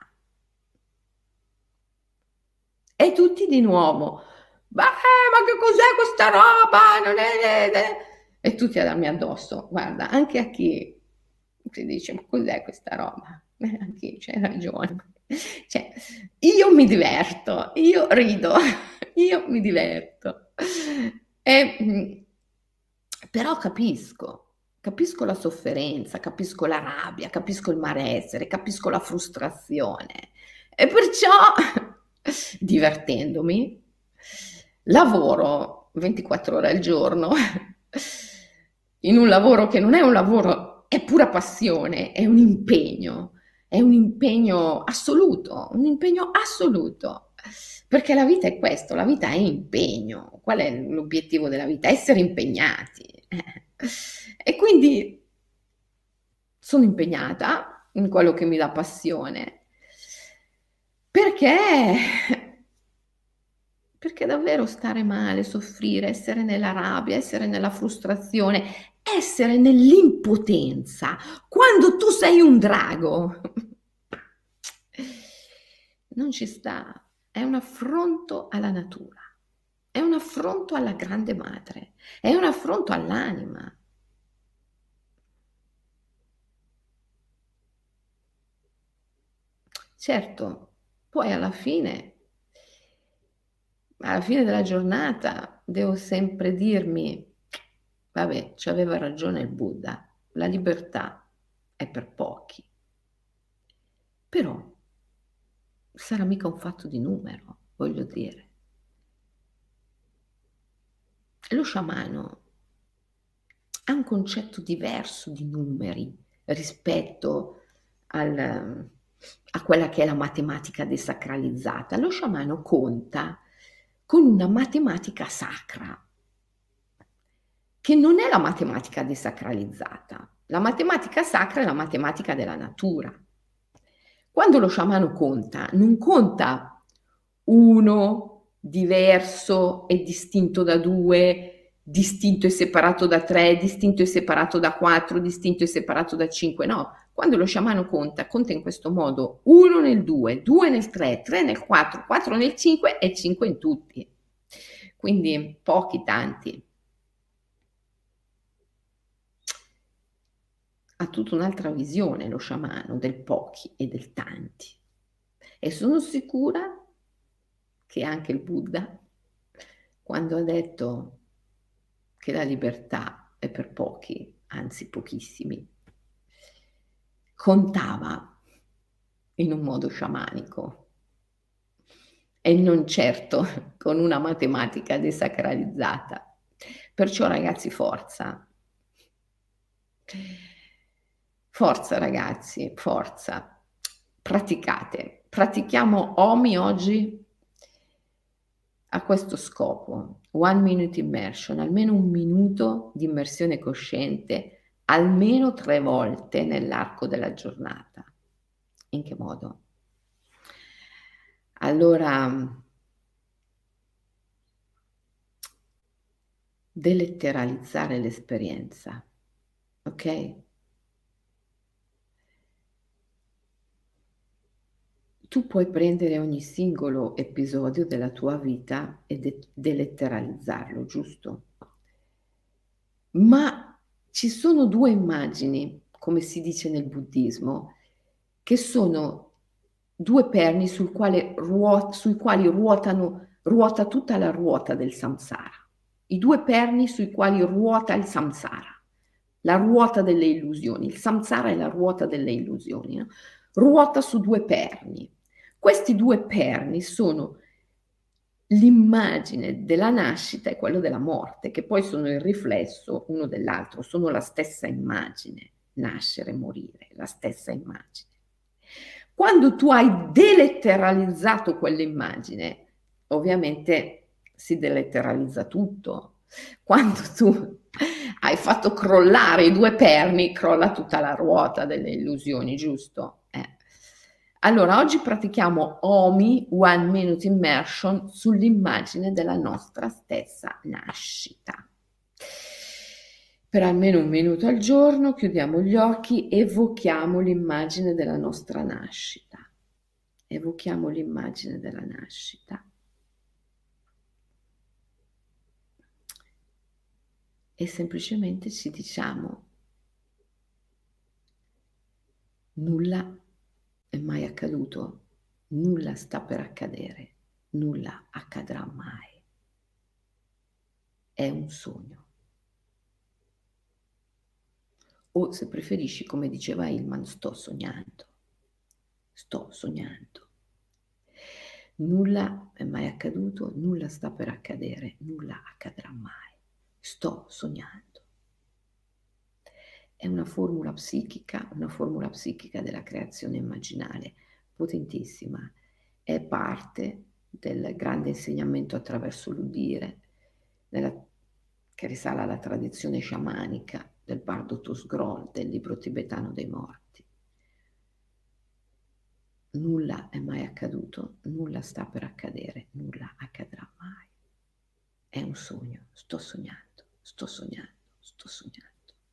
E tutti di nuovo, ma che cos'è questa roba? Non è... E tutti a darmi addosso, guarda, anche a chi ti dice, ma cos'è questa roba? Anche c'hai ragione. Cioè, io mi diverto, io rido, io mi diverto. Però capisco la sofferenza, capisco la rabbia, capisco il malessere, capisco la frustrazione. E perciò, divertendomi, lavoro 24 ore al giorno in un lavoro che non è un lavoro, è pura passione, è un impegno assoluto, un impegno assoluto. Perché la vita è questo, la vita è impegno. Qual è l'obiettivo della vita? Essere impegnati. E quindi sono impegnata in quello che mi dà passione. Perché davvero stare male, soffrire, essere nella rabbia, essere nella frustrazione, essere nell'impotenza, quando tu sei un drago, non ci sta. È un affronto alla natura, è un affronto alla grande madre, è un affronto all'anima. Certo, poi alla fine della giornata devo sempre dirmi, vabbè, c'aveva ragione il Buddha, la libertà è per pochi, però sarà mica un fatto di numero, voglio dire. Lo sciamano ha un concetto diverso di numeri rispetto a quella che è la matematica desacralizzata. Lo sciamano conta con una matematica sacra, che non è la matematica desacralizzata. La matematica sacra è la matematica della natura. Quando lo sciamano conta, non conta uno diverso e distinto da due, distinto e separato da tre, distinto e separato da quattro, distinto e separato da cinque, no. Quando lo sciamano conta in questo modo: uno nel due, due nel tre, tre nel quattro, quattro nel cinque e cinque in tutti. Quindi pochi, tanti. Ha tutta un'altra visione lo sciamano del pochi e del tanti. E sono sicura che anche il Buddha, quando ha detto che la libertà è per pochi, anzi pochissimi, contava in un modo sciamanico e non certo con una matematica desacralizzata. Perciò ragazzi, forza. Forza ragazzi, forza. Praticate. Pratichiamo OMI oggi a questo scopo. 1 minute immersion, almeno un minuto di immersione cosciente, almeno 3 volte nell'arco della giornata. In che modo? Allora, deletteralizzare l'esperienza, ok? Tu puoi prendere ogni singolo episodio della tua vita e deletteralizzarlo, giusto? Ma ci sono 2 immagini, come si dice nel buddismo, che sono 2 perni sui quali ruota tutta la ruota del samsara. I 2 perni sui quali ruota il samsara, la ruota delle illusioni. Il samsara è la ruota delle illusioni, no? Ruota su 2 perni. Questi due perni sono l'immagine della nascita e quello della morte, che poi sono il riflesso uno dell'altro, sono la stessa immagine, nascere e morire, la stessa immagine. Quando tu hai deletteralizzato quell'immagine, ovviamente si deletteralizza tutto. Quando tu hai fatto crollare i due perni, crolla tutta la ruota delle illusioni, giusto? Allora, oggi pratichiamo OMI, One Minute Immersion, sull'immagine della nostra stessa nascita. Per almeno 1 minuto al giorno chiudiamo gli occhi, evochiamo l'immagine della nostra nascita. Evochiamo l'immagine della nascita. E semplicemente ci diciamo: nulla è mai accaduto, nulla sta per accadere, nulla accadrà mai. È un sogno. O se preferisci, come diceva Hillman, sto sognando. Sto sognando. Nulla è mai accaduto, nulla sta per accadere, nulla accadrà mai. Sto sognando. È una formula psichica della creazione immaginale, potentissima. È parte del grande insegnamento attraverso l'udire, che risale alla tradizione sciamanica del bardo Tusgrol, del libro tibetano dei morti. Nulla è mai accaduto, nulla sta per accadere, nulla accadrà mai. È un sogno, sto sognando, sto sognando, sto sognando.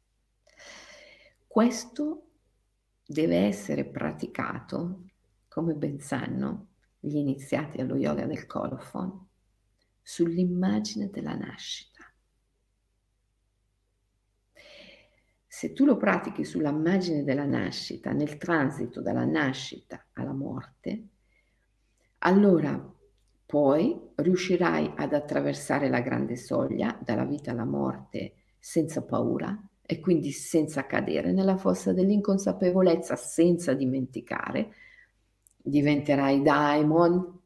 Questo deve essere praticato, come ben sanno gli iniziati allo yoga del colophon, sull'immagine della nascita. Se tu lo pratichi sull'immagine della nascita, nel transito dalla nascita alla morte, allora poi riuscirai ad attraversare la grande soglia dalla vita alla morte senza paura e quindi senza cadere nella fossa dell'inconsapevolezza, senza dimenticare. Diventerai daimon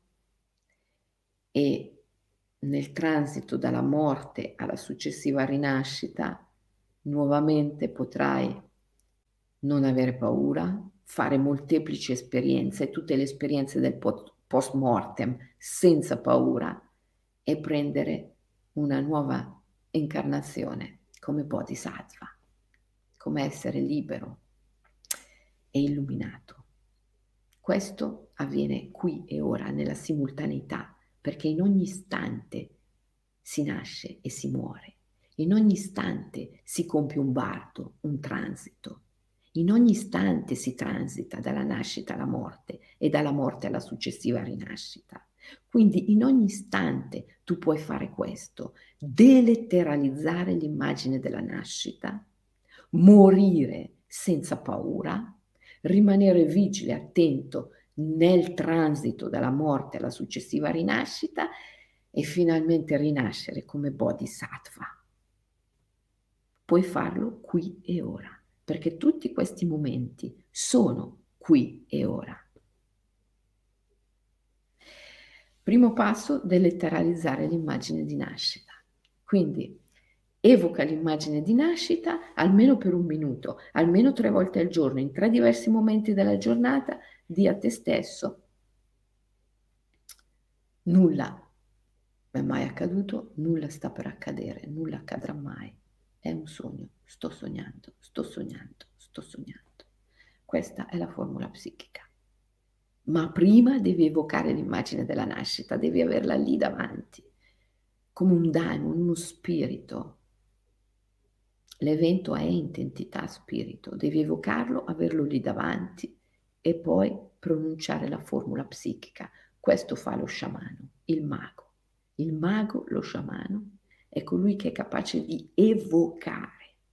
e nel transito dalla morte alla successiva rinascita nuovamente potrai non avere paura, fare molteplici esperienze, tutte le esperienze del post mortem senza paura e prendere una nuova incarnazione come Bodhisattva, come essere libero e illuminato. Questo avviene qui e ora, nella simultaneità, perché in ogni istante si nasce e si muore, in ogni istante si compie un varto, un transito, in ogni istante si transita dalla nascita alla morte e dalla morte alla successiva rinascita. Quindi in ogni istante tu puoi fare questo, deletteralizzare l'immagine della nascita, morire senza paura, rimanere vigile, attento nel transito dalla morte alla successiva rinascita e finalmente rinascere come Bodhisattva. Puoi farlo qui e ora, perché tutti questi momenti sono qui e ora. Primo passo, deletteralizzare l'immagine di nascita. Quindi evoca l'immagine di nascita almeno per 1 minuto, almeno 3 volte al giorno, in 3 diversi momenti della giornata, di a te stesso: nulla è mai accaduto, nulla sta per accadere, nulla accadrà mai. È un sogno, sto sognando, sto sognando, sto sognando. Questa è la formula psichica. Ma prima devi evocare l'immagine della nascita, devi averla lì davanti, come un daimon, uno spirito. L'evento è intensità spirito, devi evocarlo, averlo lì davanti e poi pronunciare la formula psichica. Questo fa lo sciamano, il mago. Il mago, lo sciamano, è colui che è capace di evocare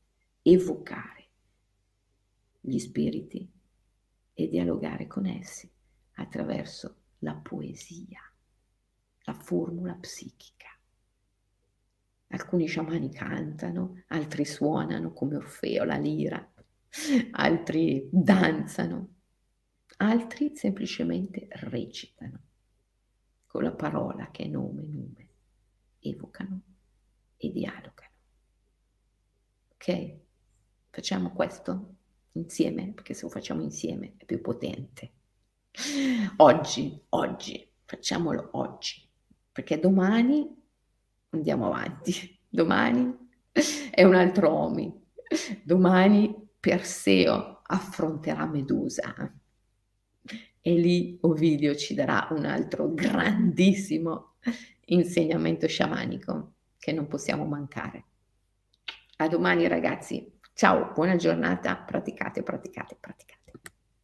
gli spiriti e dialogare con essi attraverso la poesia, la formula psichica. Alcuni sciamani cantano, altri suonano come Orfeo la lira, altri danzano, altri semplicemente recitano con la parola che è nome, evocano e dialogano. Ok? Facciamo questo insieme, perché se lo facciamo insieme è più potente. Oggi, facciamolo oggi, perché domani andiamo avanti. Domani è un altro Omi. Domani Perseo affronterà Medusa e lì Ovidio ci darà un altro grandissimo insegnamento sciamanico che non possiamo mancare. A domani ragazzi. Ciao, buona giornata, praticate, praticate, praticate.